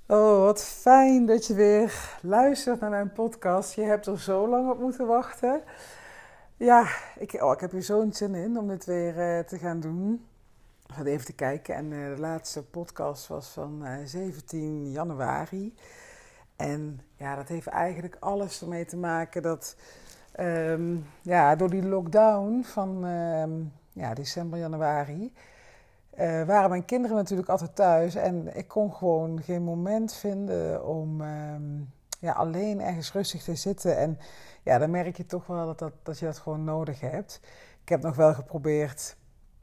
Oh, wat fijn dat je weer luistert naar mijn podcast. Je hebt er zo lang op moeten wachten. Ja, ik heb hier zo'n zin in om dit weer te gaan doen. Ik zat even te kijken en de laatste podcast was van 17 januari. En ja, dat heeft eigenlijk alles ermee te maken dat ja, door die lockdown van ja, december, januari waren mijn kinderen natuurlijk altijd thuis. En ik kon gewoon geen moment vinden om ja, alleen ergens rustig te zitten. En ja, dan merk je toch wel dat je dat gewoon nodig hebt. Ik heb nog wel geprobeerd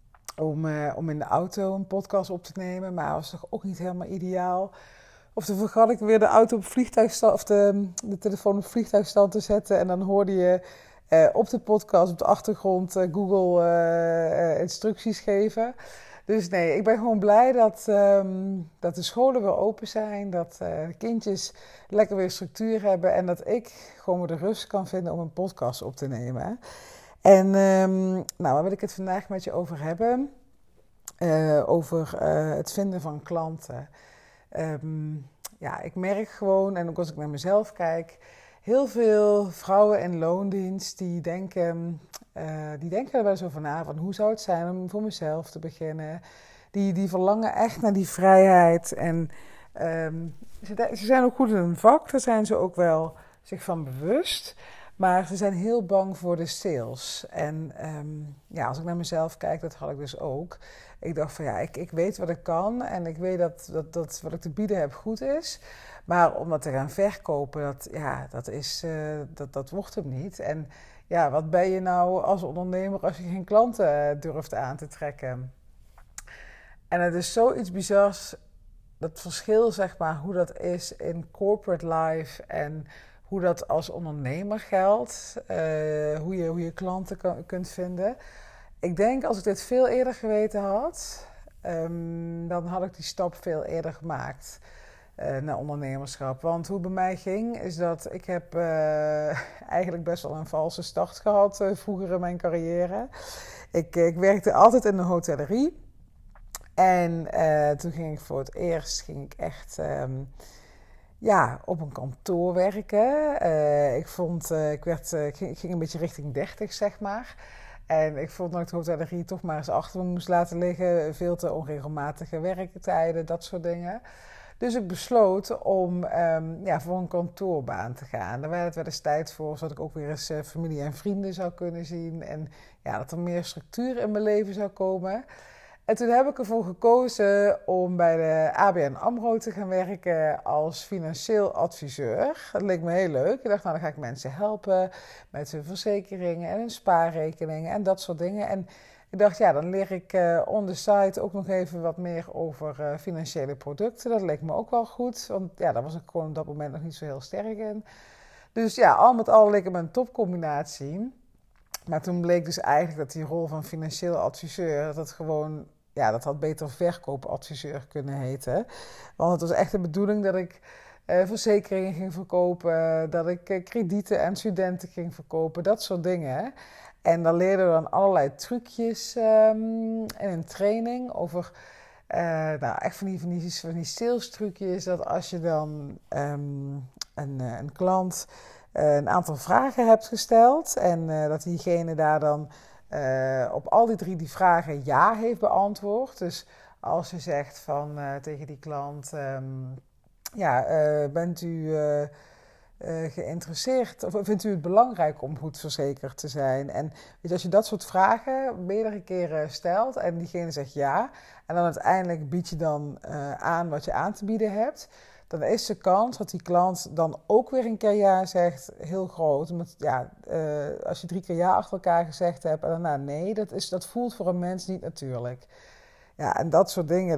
om in de auto een podcast op te nemen. Maar dat was toch ook niet helemaal ideaal. Of toen vergat ik weer de auto op vliegtuigstand, of de telefoon op vliegtuigstand te zetten. En dan hoorde je op de podcast op de achtergrond Google instructies geven. Dus nee, ik ben gewoon blij dat de scholen weer open zijn. Dat de kindjes lekker weer structuur hebben. En dat ik gewoon weer de rust kan vinden om een podcast op te nemen. En nou, waar wil ik het vandaag met je over hebben? Over het vinden van klanten. Ehm, ja, ik merk gewoon, en ook als ik naar mezelf kijk, heel veel vrouwen in loondienst die denken er wel eens over na van hoe zou het zijn om voor mezelf te beginnen. Die verlangen echt naar die vrijheid en ze zijn ook goed in hun vak, daar zijn ze ook wel zich van bewust. Maar ze zijn heel bang voor de sales. En ja, als ik naar mezelf kijk, dat had ik dus ook. Ik dacht van ja, ik weet wat ik kan en ik weet dat wat ik te bieden heb goed is. Maar om dat te gaan verkopen, dat wordt hem niet. En ja, wat ben je nou als ondernemer als je geen klanten durft aan te trekken? En het is zoiets bizars, dat verschil zeg maar, hoe dat is in corporate life en hoe dat als ondernemer geldt. Hoe je klanten kunt vinden. Ik denk als ik dit veel eerder geweten had, dan had ik die stap veel eerder gemaakt naar ondernemerschap. Want hoe het bij mij ging, is dat ik heb eigenlijk best wel een valse start gehad vroeger in mijn carrière. Ik werkte altijd in de hotellerie. En toen ging ik voor het eerst echt ja, op een kantoor werken. Ik ging een beetje richting 30, zeg maar. En ik vond dat ik de hotellerie toch maar eens achter me moest laten liggen. Veel te onregelmatige werktijden, dat soort dingen. Dus ik besloot om ja, voor een kantoorbaan te gaan. Daar werd het wel eens tijd voor, zodat ik ook weer eens familie en vrienden zou kunnen zien. En ja, dat er meer structuur in mijn leven zou komen. En toen heb ik ervoor gekozen om bij de ABN AMRO te gaan werken als financieel adviseur. Dat leek me heel leuk. Ik dacht, nou dan ga ik mensen helpen met hun verzekeringen en hun spaarrekeningen en dat soort dingen. En ik dacht, ja, dan leer ik on the side ook nog even wat meer over financiële producten. Dat leek me ook wel goed, want ja, daar was ik gewoon op dat moment nog niet zo heel sterk in. Dus ja, al met al leek het me een topcombinatie. Maar toen bleek dus eigenlijk dat die rol van financieel adviseur, dat het gewoon, ja, dat had beter verkoopadviseur kunnen heten. Want het was echt de bedoeling dat ik verzekeringen ging verkopen, dat ik kredieten aan studenten ging verkopen, dat soort dingen. En dan leerden we dan allerlei trucjes in een training over, nou, echt van die sales trucjes, dat als je dan een klant een aantal vragen hebt gesteld en dat diegene daar dan op al die 3 die vragen ja heeft beantwoord. Dus als je zegt van tegen die klant, ja, bent u geïnteresseerd of vindt u het belangrijk om goed verzekerd te zijn? En weet je, als je dat soort vragen meerdere keren stelt en diegene zegt ja, en dan uiteindelijk bied je dan aan wat je aan te bieden hebt, dan is de kans dat die klant dan ook weer een keer ja zegt heel groot. Omdat ja, als je 3 keer ja achter elkaar gezegd hebt en daarna nee, dat voelt voor een mens niet natuurlijk. Ja, en dat soort dingen,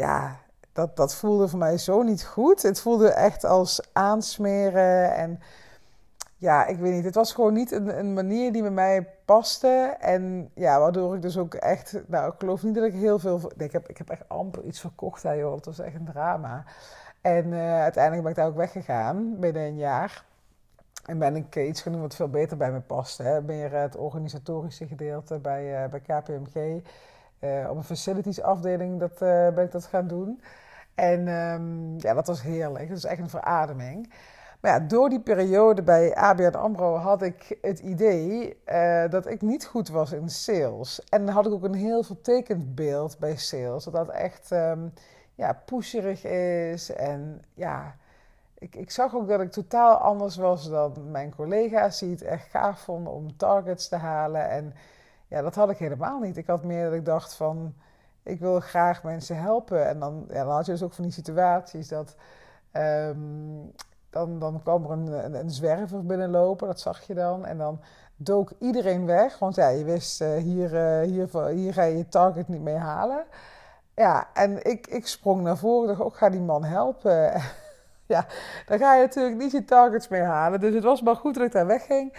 dat voelde voor mij zo niet goed. Het voelde echt als aansmeren en ja, ik weet niet. Het was gewoon niet een manier die bij mij paste. En ja, waardoor ik dus ook echt, nou, ik geloof niet dat ik heel veel, nee, ik heb echt amper iets verkocht, hè, joh. Het was echt een drama. En uiteindelijk ben ik daar ook weggegaan, binnen een jaar. En ben ik iets gaan doen wat veel beter bij me paste. Hè. Meer het organisatorische gedeelte bij KPMG. Op een facilities afdeling ben ik dat gaan doen. En ja, dat was heerlijk. Dat is echt een verademing. Maar ja, door die periode bij ABN AMRO had ik het idee dat ik niet goed was in sales. En dan had ik ook een heel vertekend beeld bij sales. Dat dat echt ja, pusherig is. En ja, ik zag ook dat ik totaal anders was dan mijn collega's die het echt gaaf vonden om targets te halen. En ja, dat had ik helemaal niet. Ik had meer dat ik dacht van, ik wil graag mensen helpen. En dan had je dus ook van die situaties dat... dan kwam er een zwerver binnenlopen, dat zag je dan. En dan dook iedereen weg, want ja, je wist, hier ga je je target niet mee halen. Ja, en ik sprong naar voren, dacht, ik ga die man helpen. Ja, dan ga je natuurlijk niet je targets mee halen. Dus het was maar goed dat ik daar wegging.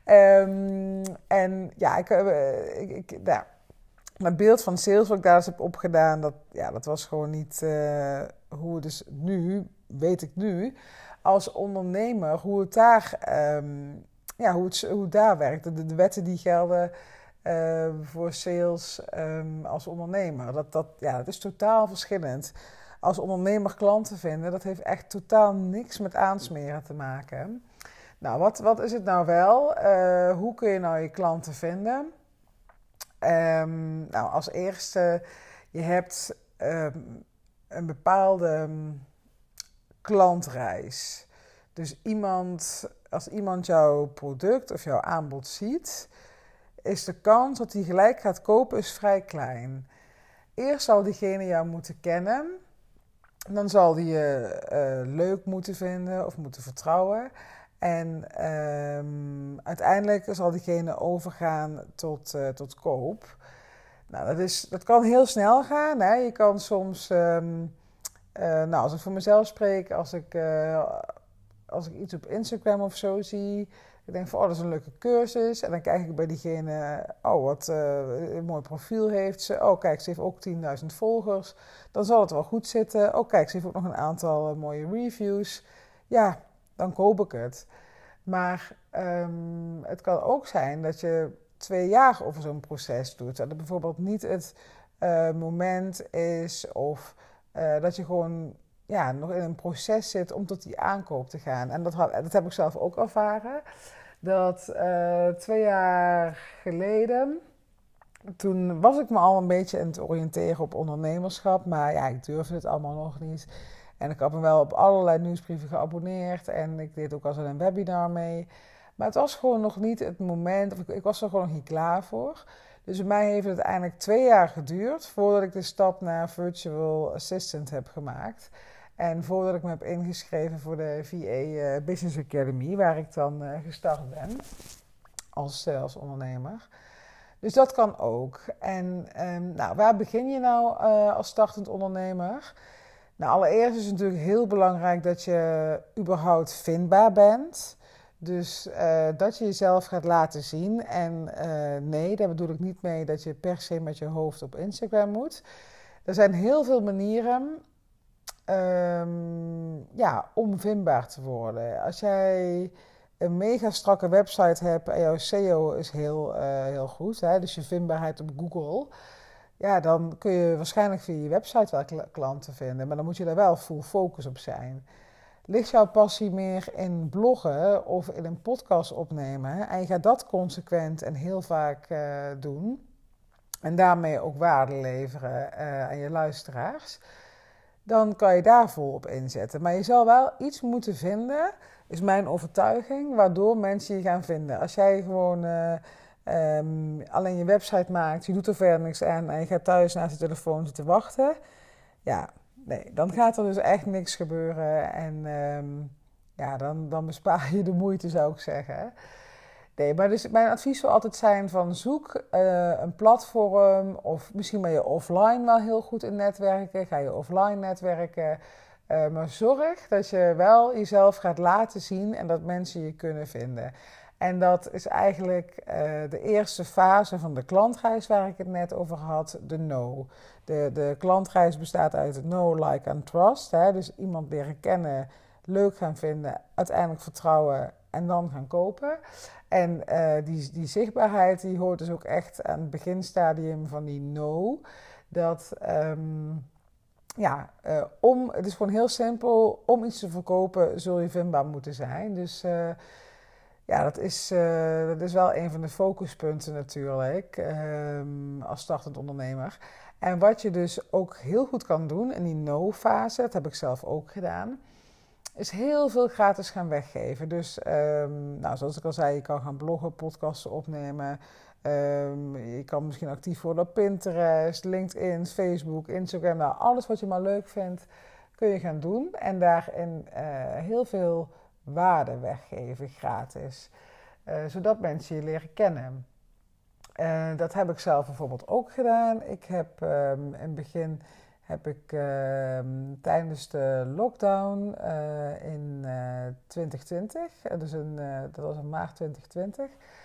En ja, nou, mijn beeld van sales wat ik daar eens heb opgedaan, dat was gewoon niet hoe het dus nu, weet ik nu, als ondernemer, hoe het daar, hoe het daar werkt. De wetten die gelden voor sales als ondernemer. Dat is totaal verschillend. Als ondernemer klanten vinden, dat heeft echt totaal niks met aansmeren te maken. Nou, wat is het nou wel? Hoe kun je nou je klanten vinden? Nou, als eerste, je hebt een bepaalde klantreis. Dus als iemand jouw product of jouw aanbod ziet, is de kans dat hij gelijk gaat kopen is vrij klein. Eerst zal diegene jou moeten kennen. Dan zal die je leuk moeten vinden of moeten vertrouwen. En uiteindelijk zal diegene overgaan tot koop. Nou, dat kan heel snel gaan. Hè? Je kan soms, als ik voor mezelf spreek, als ik iets op Instagram of zo zie, ik denk van, dat is een leuke cursus. En dan kijk ik bij diegene, wat een mooi profiel heeft ze. Oh, kijk, ze heeft ook 10.000 volgers. Dan zal het wel goed zitten. Oh, kijk, ze heeft ook nog een aantal mooie reviews. Ja, dan koop ik het. Maar het kan ook zijn dat je 2 jaar over zo'n proces doet. Dat het bijvoorbeeld niet het moment is of dat je gewoon nog in een proces zit om tot die aankoop te gaan. En dat heb ik zelf ook ervaren. Dat 2 jaar geleden, toen was ik me al een beetje aan het oriënteren op ondernemerschap. Maar ja, ik durfde het allemaal nog niet. En ik had me wel op allerlei nieuwsbrieven geabonneerd. En ik deed ook al een webinar mee. Maar het was gewoon nog niet het moment, of ik was er gewoon nog niet klaar voor. Dus bij mij heeft het uiteindelijk 2 jaar geduurd voordat ik de stap naar Virtual Assistant heb gemaakt. En voordat ik me heb ingeschreven voor de VA Business Academy, waar ik dan gestart ben als ondernemer. Dus dat kan ook. En waar begin je nou als startend ondernemer? Nou, allereerst is het natuurlijk heel belangrijk dat je überhaupt vindbaar bent. Dus dat je jezelf gaat laten zien. En nee, daar bedoel ik niet mee dat je per se met je hoofd op Instagram moet. Er zijn heel veel manieren om vindbaar te worden. Als jij een mega strakke website hebt en jouw SEO is heel goed, hè, dus je vindbaarheid op Google, ja, dan kun je waarschijnlijk via je website wel klanten vinden, maar dan moet je daar wel full focus op zijn. Ligt jouw passie meer in bloggen of in een podcast opnemen en je gaat dat consequent en heel vaak doen en daarmee ook waarde leveren aan je luisteraars, dan kan je daar vol op inzetten. Maar je zal wel iets moeten vinden, is mijn overtuiging, waardoor mensen je gaan vinden. Als jij gewoon alleen je website maakt, je doet er verder niks aan en je gaat thuis naast de telefoon zitten wachten, ja, nee, dan gaat er dus echt niks gebeuren en dan bespaar je de moeite, zou ik zeggen. Nee, maar dus mijn advies zal altijd zijn van zoek een platform of misschien ben je offline wel heel goed in netwerken. Ga je offline netwerken. Maar zorg dat je wel jezelf gaat laten zien en dat mensen je kunnen vinden. En dat is eigenlijk de eerste fase van de klantreis waar ik het net over had, de know. De klantreis bestaat uit know, like en trust. Hè? Dus iemand leren kennen, leuk gaan vinden, uiteindelijk vertrouwen en dan gaan kopen. En die zichtbaarheid die hoort dus ook echt aan het beginstadium van die know. Dat het is gewoon heel simpel. Om iets te verkopen zul je vindbaar moeten zijn. Dus dat is wel een van de focuspunten natuurlijk als startend ondernemer. En wat je dus ook heel goed kan doen in die no-fase, dat heb ik zelf ook gedaan, is heel veel gratis gaan weggeven. Dus zoals ik al zei, je kan gaan bloggen, podcasten opnemen. Je kan misschien actief worden op Pinterest, LinkedIn, Facebook, Instagram. Nou, alles wat je maar leuk vindt, kun je gaan doen. En daarin heel veel waarde weggeven, gratis. Zodat mensen je leren kennen. Dat heb ik zelf bijvoorbeeld ook gedaan. Ik heb in het begin tijdens de lockdown in 2020, dat was in maart 2020,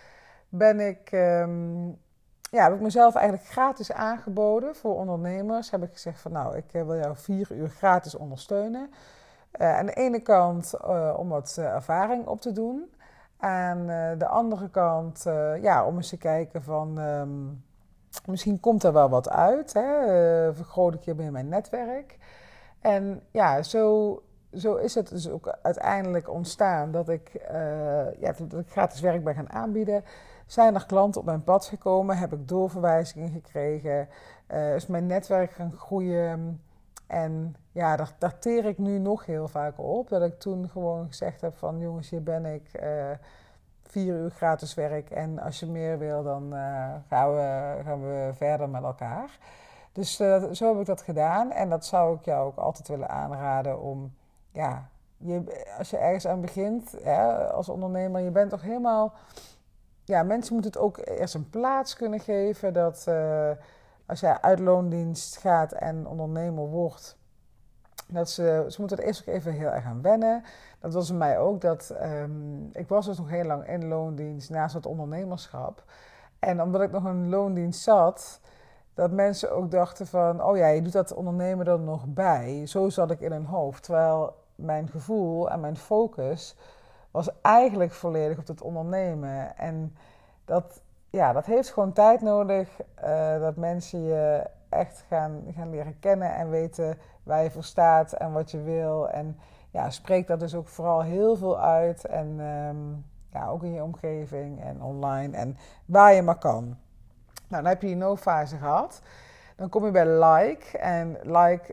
heb ik mezelf eigenlijk gratis aangeboden voor ondernemers. Heb ik gezegd van nou, ik wil jou 4 uur gratis ondersteunen. Aan de ene kant om wat ervaring op te doen. Aan de andere kant om eens te kijken van misschien komt er wel wat uit. Vergroot ik hiermee mijn netwerk. En ja, zo is het dus ook uiteindelijk ontstaan dat ik gratis werk ben gaan aanbieden. Zijn er klanten op mijn pad gekomen, heb ik doorverwijzingen gekregen, is mijn netwerk gaan groeien. En ja, daar teer ik nu nog heel vaak op. Dat ik toen gewoon gezegd heb van jongens, hier ben ik, 4 uur gratis werk. En als je meer wil, dan gaan we verder met elkaar. Dus zo heb ik dat gedaan. En dat zou ik jou ook altijd willen aanraden om, als je ergens aan begint als ondernemer, je bent toch helemaal... Ja, mensen moeten het ook eerst een plaats kunnen geven. Dat als jij uit loondienst gaat en ondernemer wordt, dat ze moeten er eerst ook even heel erg aan wennen. Dat was bij mij ook. Ik was dus nog heel lang in loondienst naast het ondernemerschap. En omdat ik nog in loondienst zat, dat mensen ook dachten van, oh ja, je doet dat ondernemen er nog bij. Zo zat ik in hun hoofd. Terwijl mijn gevoel en mijn focus was eigenlijk volledig op het ondernemen. En dat heeft gewoon tijd nodig. Dat mensen je echt gaan leren kennen en weten waar je voor staat en wat je wil. En ja, spreek dat dus ook vooral heel veel uit. En ook in je omgeving en online en waar je maar kan. Nou, dan heb je die no-fase gehad. Dan kom je bij like. En like,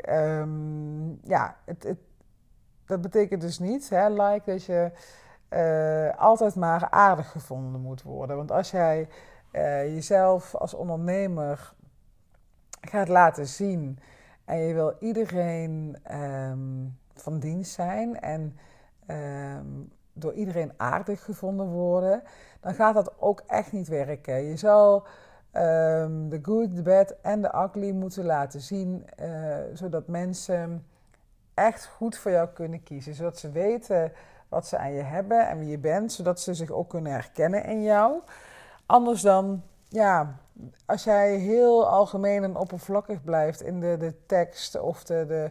dat betekent dus niet, like, dat je altijd maar aardig gevonden moet worden. Want als jij jezelf als ondernemer gaat laten zien en je wil iedereen van dienst zijn en door iedereen aardig gevonden worden, dan gaat dat ook echt niet werken. Je zal de good, de bad en de ugly moeten laten zien, zodat mensen echt goed voor jou kunnen kiezen. Zodat ze weten wat ze aan je hebben en wie je bent, zodat ze zich ook kunnen herkennen in jou. Anders dan, als jij heel algemeen en oppervlakkig blijft in de tekst of de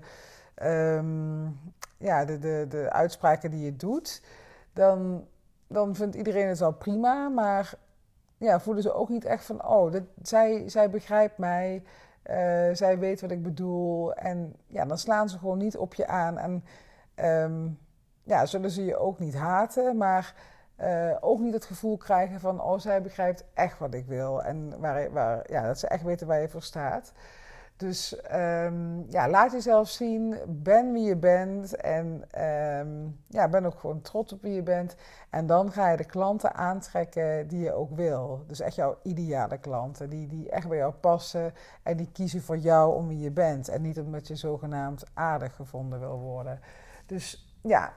uitspraken die je doet, dan vindt iedereen het wel prima, maar voelen ze ook niet echt van, zij begrijpt mij, zij weet wat ik bedoel. En dan slaan ze gewoon niet op je aan. En zullen ze je ook niet haten, maar ook niet het gevoel krijgen van, zij begrijpt echt wat ik wil. En dat ze echt weten waar je voor staat. Dus laat jezelf zien, ben wie je bent en ben ook gewoon trots op wie je bent. En dan ga je de klanten aantrekken die je ook wil. Dus echt jouw ideale klanten, die echt bij jou passen en die kiezen voor jou om wie je bent. En niet omdat je zogenaamd aardig gevonden wil worden. Dus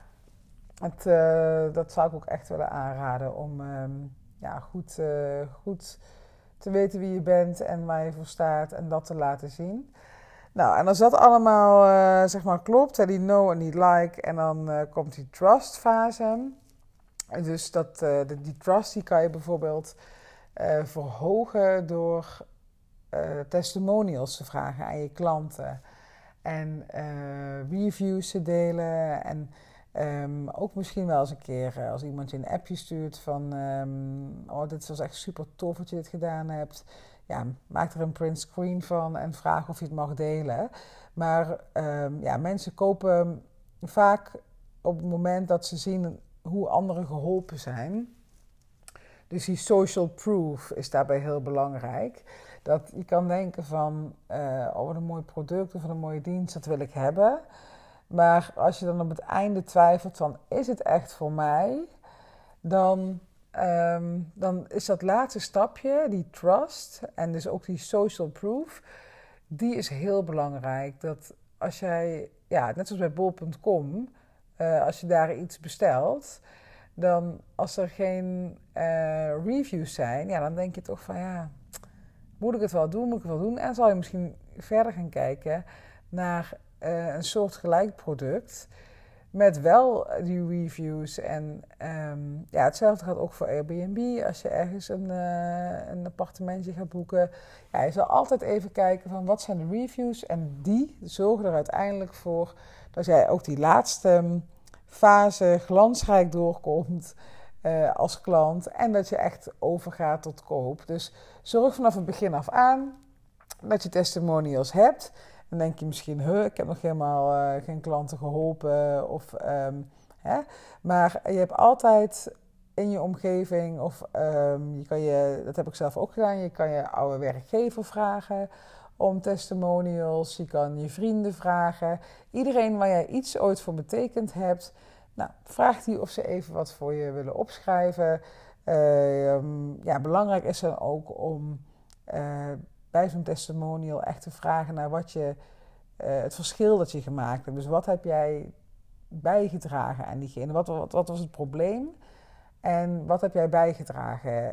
dat zou ik ook echt willen aanraden om goed te weten wie je bent en waar je voor staat en dat te laten zien. Nou, en als dat allemaal klopt, die no en die like, en dan komt die trust fase. Dus die trust die kan je bijvoorbeeld verhogen door testimonials te vragen aan je klanten. En reviews te delen en ook misschien wel eens een keer als iemand je een appje stuurt van dit was echt super tof dat je dit gedaan hebt. maak er een print screen van en vraag of je het mag delen. Maar mensen kopen vaak op het moment dat ze zien hoe anderen geholpen zijn. Dus die social proof is daarbij heel belangrijk. Dat je kan denken van, wat een mooi product of een mooie dienst, dat wil ik hebben. Maar als je dan op het einde twijfelt van, is het echt voor mij? Dan is dat laatste stapje, die trust en dus ook die social proof, die is heel belangrijk. Dat als jij, net zoals bij bol.com, als je daar iets bestelt, dan als er geen reviews zijn, dan denk je toch van moet ik het wel doen, En dan zal je misschien verder gaan kijken naar een soortgelijk product met wel die reviews. En hetzelfde gaat ook voor Airbnb. Als je ergens een appartementje gaat boeken. Je zal altijd even kijken van wat zijn de reviews. En die zorgen er uiteindelijk voor dat jij ook die laatste fase glansrijk doorkomt als klant. En dat je echt overgaat tot koop. Dus zorg vanaf het begin af aan dat je testimonials hebt. Dan denk je misschien, ik heb nog helemaal geen klanten geholpen. Maar je hebt altijd in je omgeving, dat heb ik zelf ook gedaan, je kan je oude werkgever vragen om testimonials. Je kan je vrienden vragen. Iedereen waar jij iets ooit voor betekend hebt, vraag die of ze even wat voor je willen opschrijven. Belangrijk is dan ook om bij zo'n testimonial echt te vragen naar het verschil dat je gemaakt hebt. Dus wat heb jij bijgedragen aan diegene? Wat was het probleem? En wat heb jij bijgedragen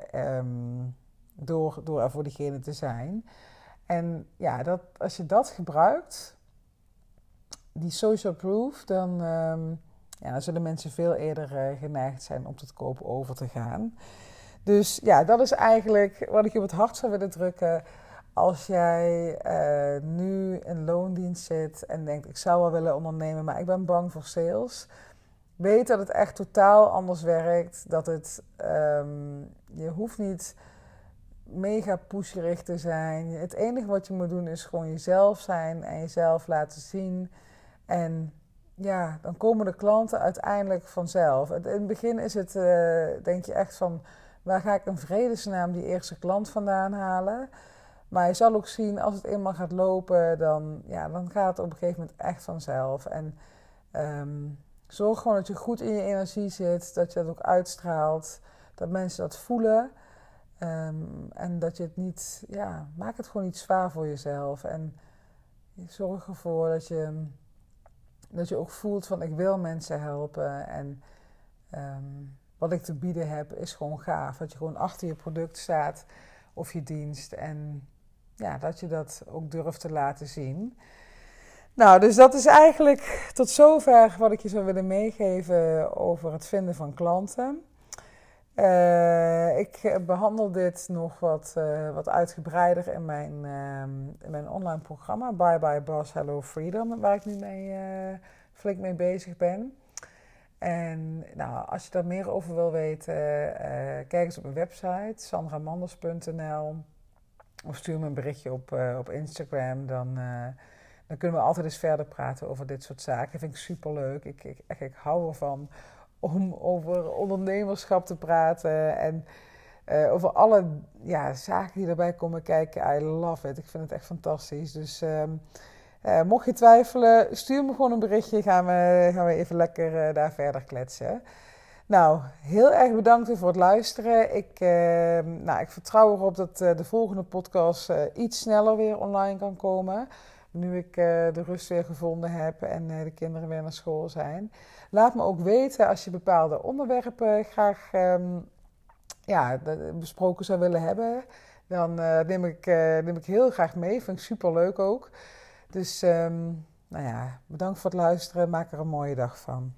door er voor diegene te zijn? En als je dat gebruikt, die social proof, dan zullen mensen veel eerder geneigd zijn om tot koop over te gaan. Dus dat is eigenlijk wat ik je op het hart zou willen drukken. Als jij nu in loondienst zit en denkt, ik zou wel willen ondernemen, maar ik ben bang voor sales. Weet dat het echt totaal anders werkt. Dat je hoeft niet mega pushgericht te zijn. Het enige wat je moet doen is gewoon jezelf zijn en jezelf laten zien. En dan komen de klanten uiteindelijk vanzelf. In het begin is het, denk je echt van, waar ga ik in vredesnaam die eerste klant vandaan halen? Maar je zal ook zien, als het eenmaal gaat lopen, dan gaat het op een gegeven moment echt vanzelf. En zorg gewoon dat je goed in je energie zit, dat je dat ook uitstraalt, dat mensen dat voelen. En dat je het niet, maak het gewoon niet zwaar voor jezelf. En zorg ervoor dat je ook voelt van, ik wil mensen helpen. En wat ik te bieden heb is gewoon gaaf. Dat je gewoon achter je product staat of je dienst. En dat je dat ook durft te laten zien. Nou, dus dat is eigenlijk tot zover wat ik je zou willen meegeven over het vinden van klanten. Ik behandel dit nog wat uitgebreider in mijn online programma. Bye Bye Boss, Hello Freedom. Waar ik nu flink mee bezig ben. En als je daar meer over wil weten, kijk eens op mijn website, sandramanders.nl. Of stuur me een berichtje op Instagram. Dan kunnen we altijd eens verder praten over dit soort zaken. Dat vind ik superleuk. Ik hou ervan om over ondernemerschap te praten. En over alle zaken die erbij komen kijken. I love it. Ik vind het echt fantastisch. Dus mocht je twijfelen, stuur me gewoon een berichtje. Gaan we even lekker daar verder kletsen. Nou, heel erg bedankt voor het luisteren. Ik vertrouw erop dat de volgende podcast iets sneller weer online kan komen. Nu ik de rust weer gevonden heb en de kinderen weer naar school zijn. Laat me ook weten als je bepaalde onderwerpen graag besproken zou willen hebben. Dan neem ik heel graag mee. Vind ik superleuk ook. Dus bedankt voor het luisteren. Maak er een mooie dag van.